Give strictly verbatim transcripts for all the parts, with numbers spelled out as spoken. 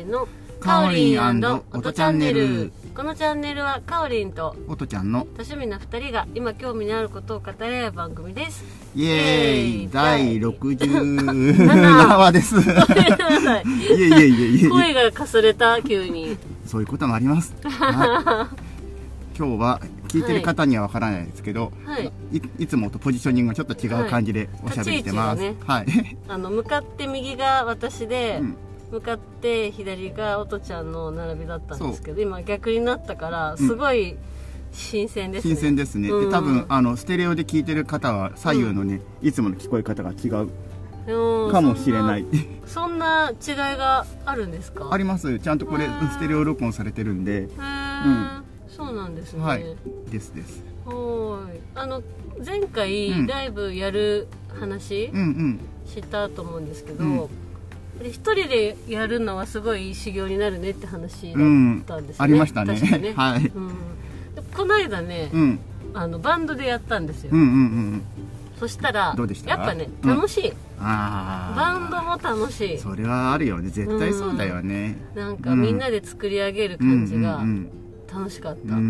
ーのかおりん&おとチャンネル。このチャンネルはかおりんとおとちゃんの多趣味なふたりが今興味のあることを語り合う番組です。 イエーイだいろくじゅうななわです。いえいえいえいえ、 声がかすれた急に。 そういうこともあります。はい、今日は聞いてる方にはわからないですけど、はい、い, いつもとポジショニングがちょっと違う感じでおしゃべりしてます。はい、ね、はい、 あの向かって右が私で、うん、向かって左がおとちゃんの並びだったんですけど、今逆になったからすごい新鮮ですね。 新鮮ですね。うん、で多分あのステレオで聞いてる方は左右のね、うん、いつもの聞こえ方が違うかもしれない。 そんな違いがあるんですか？ あります。ちゃんとこれステレオ録音されてるんで。 へー、うん、そうなんですね。 はい、ですです。 はい。あの前回、うん、ライブやる話、うんうん、したと思うんですけど、うん、一人でやるのはすごい修行になるねって話だったんですね。うん、 ありましたね。 確かね。 はい。 うん、この間ね、うん、あのバンドでやったんですよ。 うんうんうん、そしたらどうでした？ やっぱね楽しい。うん、 あバンドも楽しい。 それはあるよね。絶対そうだよね。 うん、なんかみんなで作り上げる感じが楽しかった。うん、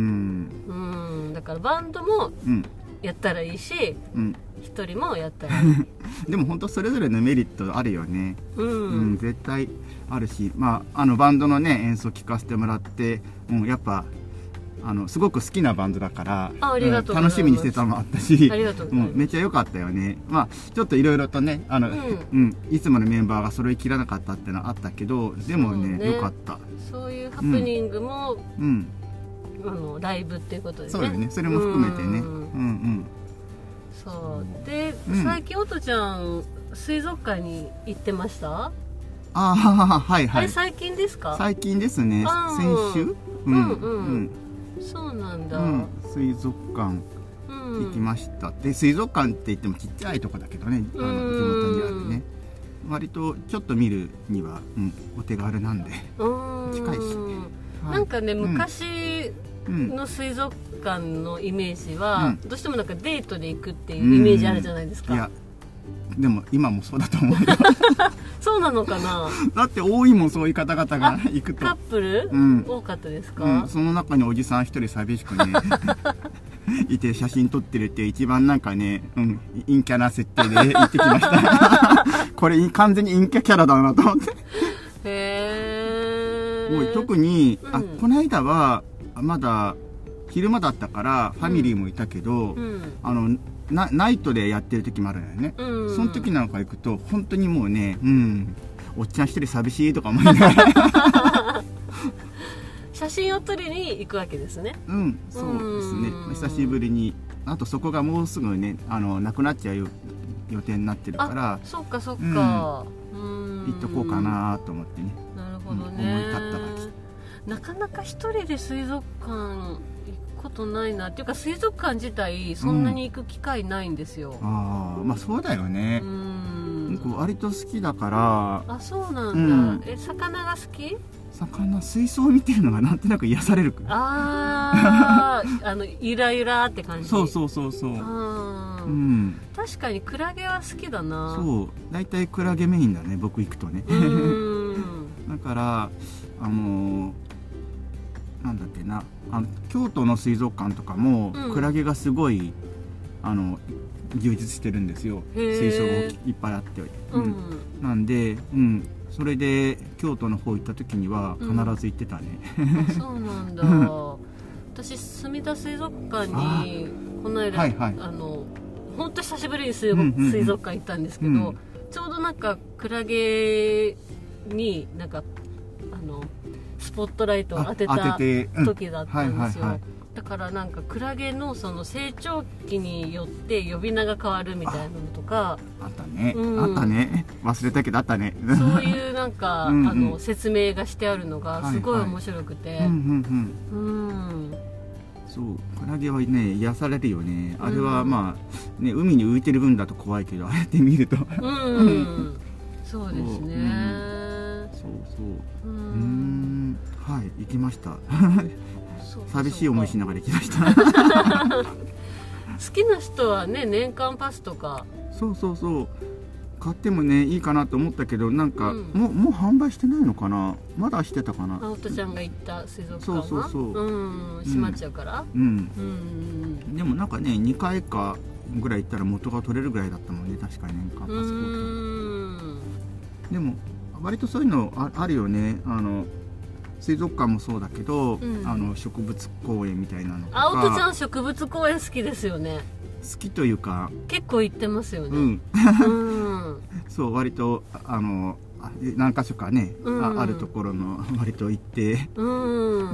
うん、だからバンドもやったらいいし、うん、一人もやったらいい。 でも本当それぞれのメリットあるよね。うん、うん、絶対あるし、まああのバンドのね演奏聴かせてもらって、うん、やっぱあのすごく好きなバンドだから、 あありがとう、 うん、楽しみにしてたのもあったし、 ありがとうございます。 うん、めっちゃ良かったよね。まあちょっといろいろとね、あの、うんうん、いつものメンバーが揃いきらなかったっていうのはあったけど、でもね良かった。 そういうハプニングも、うん、あのライブっていうことでね。 そうよね。それも含めてね。うんうん。 そうで、うん、最近おとちゃん水族館に行ってました？ ああ、はいはい。 あれ最近ですか？ 最近ですね。先週？ うんうんうん。そうなんだ。うん、 水族館行きました。うん、で水族館って言ってもちっちゃいとこだけどね、あの地元にあるね。割とちょっと見るには、うん、お手軽なんで近いし、 はい、なんかね昔の水族館のイメージは、うん、どうしてもなんかデートで行くっていうイメージあるじゃないですか。 いやでも今もそうだと思うよ。 そうなのかな。 だって多いもんそういう方々が行くと。 カップル、うん、多かったですか？ うん、その中におじさん一人寂しくねいて写真撮ってるって一番なんかね、うん、陰キャな設定で行ってきました。これ完全に陰キャキャラだなと思って。 へー。 おい特に、うん、あこの間はまだ昼間だったからファミリーもいたけど、うん、あのなナイトでやってる時もあるのよね。うん、その時なんか行くと本当にもうね、うん、おっちゃん一人寂しいとか思いながら写真を撮りに行くわけですね。 うん、そうですね。久しぶりに、あとそこがもうすぐね、あのなくなっちゃう予定になってるから、 そっかそっか、 うん、行っとこうかなと思ってね。 なるほどね。 うん、思い立ったがき。 なかなか一人で水族館行くことないなっていうか、水族館自体そんなに行く機会ないんですよ。 うん、ああ、まあそうだよね。うん、僕割と好きだから。 あ、そうなんだ。うん、え、魚が好き？ 魚、水槽を見てるのがなんとなく癒される。 ああ、あのゆらゆらって感じ。 そうそうそうそう。 あ、うん、確かにクラゲは好きだな。 そう、大体クラゲメインだね、僕行くとね。うん、だからあのー、なんだっけな、あの京都の水族館とかも、うん、クラゲがすごいあの充実してるんですよ。水槽がいっぱいあって、うん、なんで、うん。それで京都の方行った時には必ず行ってたね。 うん、あ、そうなんだ。私墨田水族館にこの間、はいはい、あの本当久しぶりに水族、うんうん、水族館行ったんですけど、うん、ちょうどなんかクラゲになんかあのスポットライトを当てた時だったんですよ。だからなんかクラゲのその成長期によって呼び名が変わるみたいなのとかあったね、うん、あったね、忘れたけどあったね。 そういうなんかうん、うん、あの説明がしてあるのがすごい面白くて、 そう、クラゲはね癒されるよね。あれはまあね、海に浮いてる分だと怖いけど、ああやって見るとうん、うん、 そうですね、うん、 そうそう、うん、はい、行きました寂しい思いしながら行きました好きな人はね年間パスとか、 そうそうそう、 買ってもねいいかなと思ったけど、なんか、うん、もうもう販売してないのかな、まだしてたかな。 青戸ちゃんが行った水族館はそうそうそう、 うん、閉まっちゃうからうん、うん、でもなんかねにかいかぐらい行ったら元が取れるぐらいだったもんね、確かに年間パスポート。でも割とそういうの あ, あるよね、あの水族館もそうだけど、うん、あの植物公園みたいなのとか。 青戸ちゃん植物公園好きですよね。 好きというか結構行ってますよね。うん、うん、 そう割とあの何か所かね、うん、あ, あるところの割と行って、うん、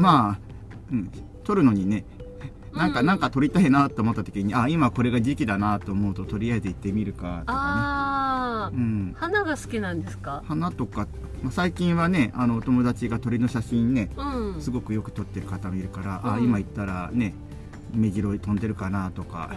まあ、うん、撮るのにね、なんか、うん、なんか撮りたいなと思った時に、あ今これが時期だなと思うととりあえず行ってみるかとかね。 あ、うん、花が好きなんですか？ 花とか最近はね、あのお友達が鳥の写真ね、うん、すごくよく撮ってる方もいるから、うん、あ今行ったらね目白飛んでるかなとか、うん、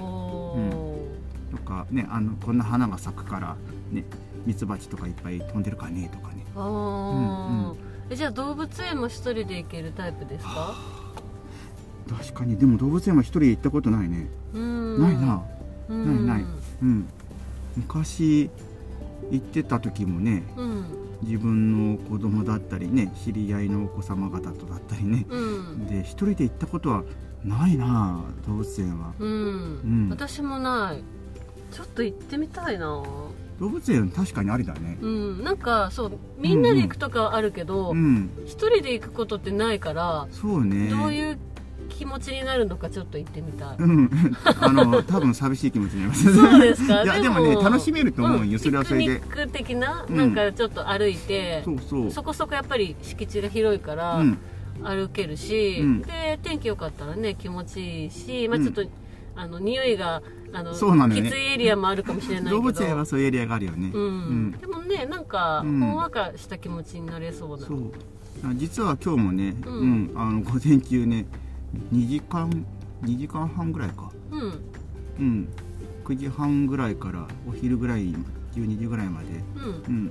とかね、あのこんな花が咲くからねミツバチとかいっぱい飛んでるかねとかね。あ、 うんうん、えじゃあ動物園も一人で行けるタイプですか？ 確かに。でも動物園は一人で行ったことないね。うんないな、うん、ないない、うん、昔行ってた時もね、うん、自分の子供だったりね知り合いのお子様方とだったりね、うん、で一人で行ったことはないな動物園は、うんうん、私もない。ちょっと行ってみたいな。 動物園確かにありだね、 うん、なんかそうみんなで行くとかはあるけど、うんうん、一人で行くことってないから、 そうね、 どういう気持ちになるのかちょっと行ってみたい。 うん、あの多分寂しい気持ちになりますそうですか？ いやでもね楽しめると思うよ、うん、それはそれでピクニック的な、なんかちょっと歩いて、うん、そうそうそこそこやっぱり敷地が広いから、うん、歩けるし、うん、で天気良かったらね気持ちいいし、まあ、ちょっと、うん、あの匂いがあのそうなの、ね、きついエリアもあるかもしれないけど、動物園はそういうエリアがあるよね、うんうん、 でもねなんかほんわかした気持ちになれそうな、 そう実は今日もね、うんうん、あの午前中ねにじかんにじかんはんぐらいか、うん、うん、くじはんぐらいからお昼ぐらいじゅうにじぐらいまで、うんうん、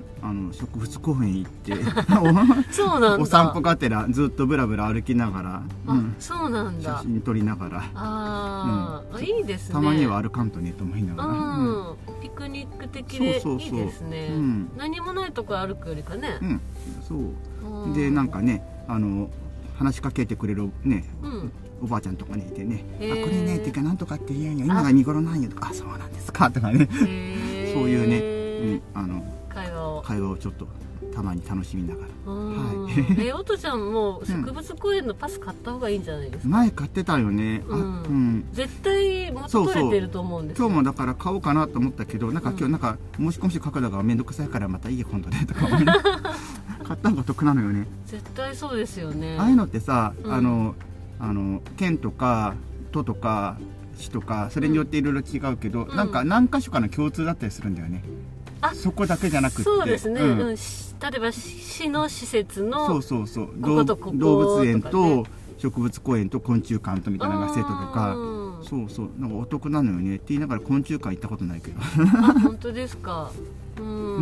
あの植物公園行ってそうなんだお散歩がてらずっとブラブラ歩きながら、 あ、うん、そうなんだ、 写真撮りながら、 あ、うん、いいですね。 たまには歩かんとねと思いながら、 うんうん、ピクニック的でいいですね。そうそうそう、うん、何もないとこ歩くよりかね、うん、 そうでなんかねあの話しかけてくれるね、うん、おばあちゃんとかにいてね、あこれねっていうかなんとかって言うんよ今が見頃なんよとか、あそうなんですかとかねそういうね、うん、あの会話を会話をちょっとたまに楽しみながら、はい、 えおとちゃんも植物公園のパス買った方がいいんじゃないですか？ 前買ってたよね、 うん、うん、絶対元取れてると思うんですよ。 そうそう、今日もだから買おうかなと思ったけど、なんか今日なんか申し込み書くのが面倒くさいからまたいいよ今度ねとか思い買った方が得なのよね。 絶対そうですよね。 ああいうのってさ、うん、あのあの県とか都とか市とかそれによっていろいろ違うけど、うん、なんか何か所かの共通だったりするんだよね、あそこだけじゃなくて。 そうですね、うんうん、例えば市の施設のそうそうそうこことこことか、ね、動物園と植物公園と昆虫館とみたいなのがセットとか、そうそうなんかお得なのよねって言いながら昆虫館行ったことないけどあ本当ですか。うん、うん、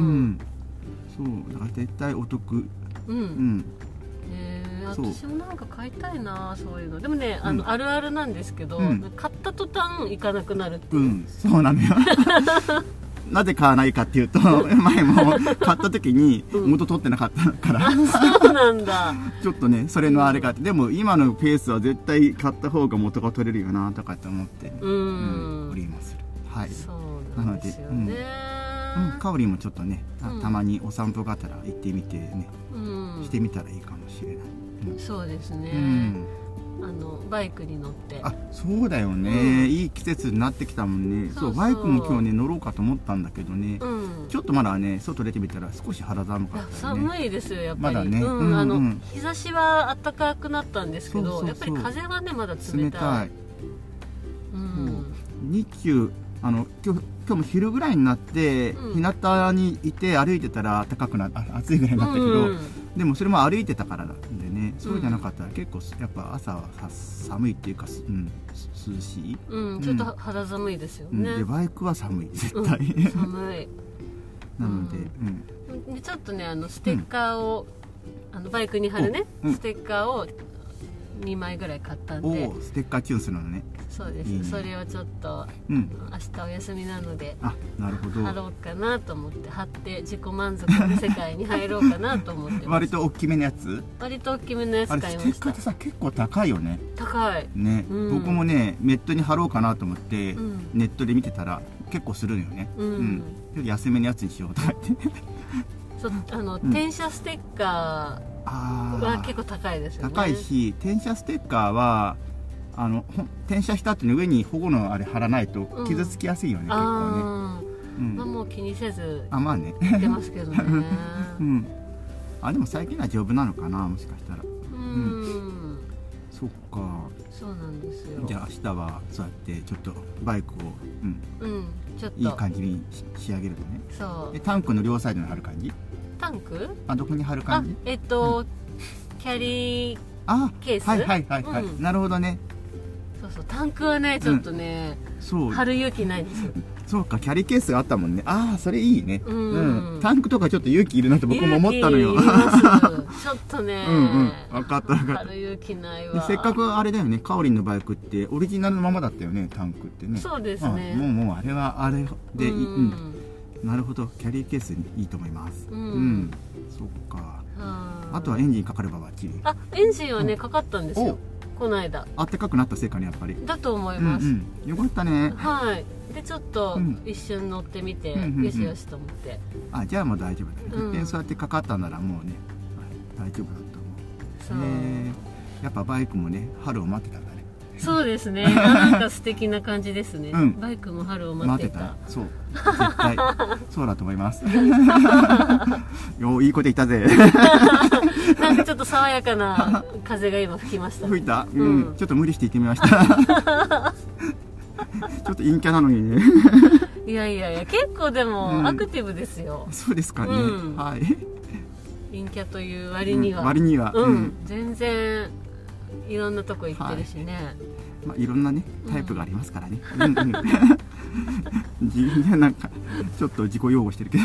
そうだから絶対お得。うん、 うんえー、私もなんか買いたいなそういうの。でもね、あの、うん、あるあるなんですけど、うん、買った途端行かなくなるっていう、うん、 そうなのよなぜ買わないかっていうと前も買った時に元取ってなかったから、 うん、そうなんだちょっとねそれのあれがあって、でも今のペースは絶対買った方が元が取れるよなとかって思ってうん、うん、おりまする。はい、 そうなんですよね。 うん、かおりもちょっとね、うん、たまにお散歩がてら行ってみてね、うん、してみたらいいかもしれない、 うん、そうですね、うん、あのバイクに乗って。 あそうだよね、うん、いい季節になってきたもんね。そうそうバイクも今日ね乗ろうかと思ったんだけどね、うん、ちょっとまだね外出てみたら少し肌寒かったよね。 寒いですよやっぱり、 まだね、 うんうん、あの日差しは暖かくなったんですけど、そうそうそうやっぱり風はねまだ冷たい。冷たい、 うん、日中あの今日今日も昼ぐらいになって、うん、日向にいて歩いてたら暖かくなあ暑いぐらいになったけど、うんうん、でもそれも歩いてたからなんでね、そうじゃなかったら結構やっぱ朝は寒いっていうか、うん、涼しい、 うん、ちょっと肌寒いですよね、 うん、でバイクは寒い絶対、 うん、寒いなので、 うん、でちょっとねあのステッカーを、うん、あのバイクに貼るね、うん、ステッカーをにまいぐらい買ったんで。 おお、ステッカーキュンするのね。 そうです。いいね、それをちょっと、うん、明日お休みなので、 あ、なるほど、 貼ろうかなと思って貼って自己満足の世界に入ろうかなと思ってます。 割と大きめのやつ？ 割と大きめのやつ買いました。 あれステッカーってさ結構高いよね。 高いね、うん、僕もねネットに貼ろうかなと思って、うん、ネットで見てたら結構するのよね。うん、うん、安めのやつにしようとか言ってそうあの、うん、転写ステッカーは結構高いですよね。 高いし、転写ステッカーはあの転写した後に上に保護のあれ貼らないと傷つきやすいよね、うん、結構ね。 うん、まあもう気にせずあまあね言ってますけどね。 うん、あでも最近は丈夫なのかな、もしかしたら。 うん、うん、 そっか。 そうなんですよ。 じゃあ明日はそうやってちょっとバイクを、 うん、うん、ちょっといい感じに仕上げるのね。 そう。 でタンクの両サイドに貼る感じ？ タンク？ あ、どこに貼る感じ？ えっと、うん、キャリーケース？ はいはいはいはい、うん、なるほどね。 そうそう、タンクはねちょっとね、うん、そう貼る勇気ないんですよ。 そうか、キャリーケースがあったもんね。ああ、それいいね。うん、うん、タンクとかちょっと勇気いるなって僕も思ったのよ。 ちょっとね。 うんうん、分かった分かった。 貼る勇気ないわ。 せっかくあれだよね、カオリンのバイクってオリジナルのままだったよね、タンクってね。 そうですね。 もうもうあれはあれでいい。うん、なるほど、キャリーケースにいいと思います。うん、うん、そっか。あとはエンジンかかればバッチリ。 あ、エンジンはね、かかったんですよ。この間。 あったかくなったせいかね、やっぱり。 だと思います。 うんうん、よかったね。 はい。でちょっと一瞬乗ってみて、よしよしと思って。あ、 じゃあもう大丈夫だね。一遍そうやってかかったならもうね、大丈夫だと思う。そう。やっぱバイクもね、春を待ってたんだね。 そうですね。なんか素敵な感じですね。バイクも春を待ってた。 そう。絶対そうだと思います。よ、いいこと言ったぜ。 なんかちょっと爽やかな風が今吹きました。 吹いた。うん。ちょっと無理して行ってみました。ちょっと陰キャなのにね。 いやいやいや、結構でもアクティブですよ。 そうですかね。はい。 陰キャという割には。 割には。 うん。全然いろんなとこ行ってるしね。 まあいろんなねタイプがありますからね。自分でなんかちょっと自己擁護してるけど。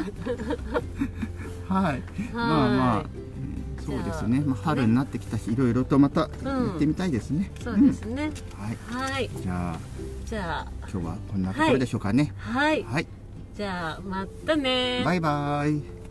はい。まあまあ。そうですね。まあ春になってきたし、いろいろとまた行ってみたいですね。 そうですね。 はい。はい。じゃあ、 じゃあ今日はこんなところでしょうかね。 はい。はい。じゃあまたね。 バイバイ。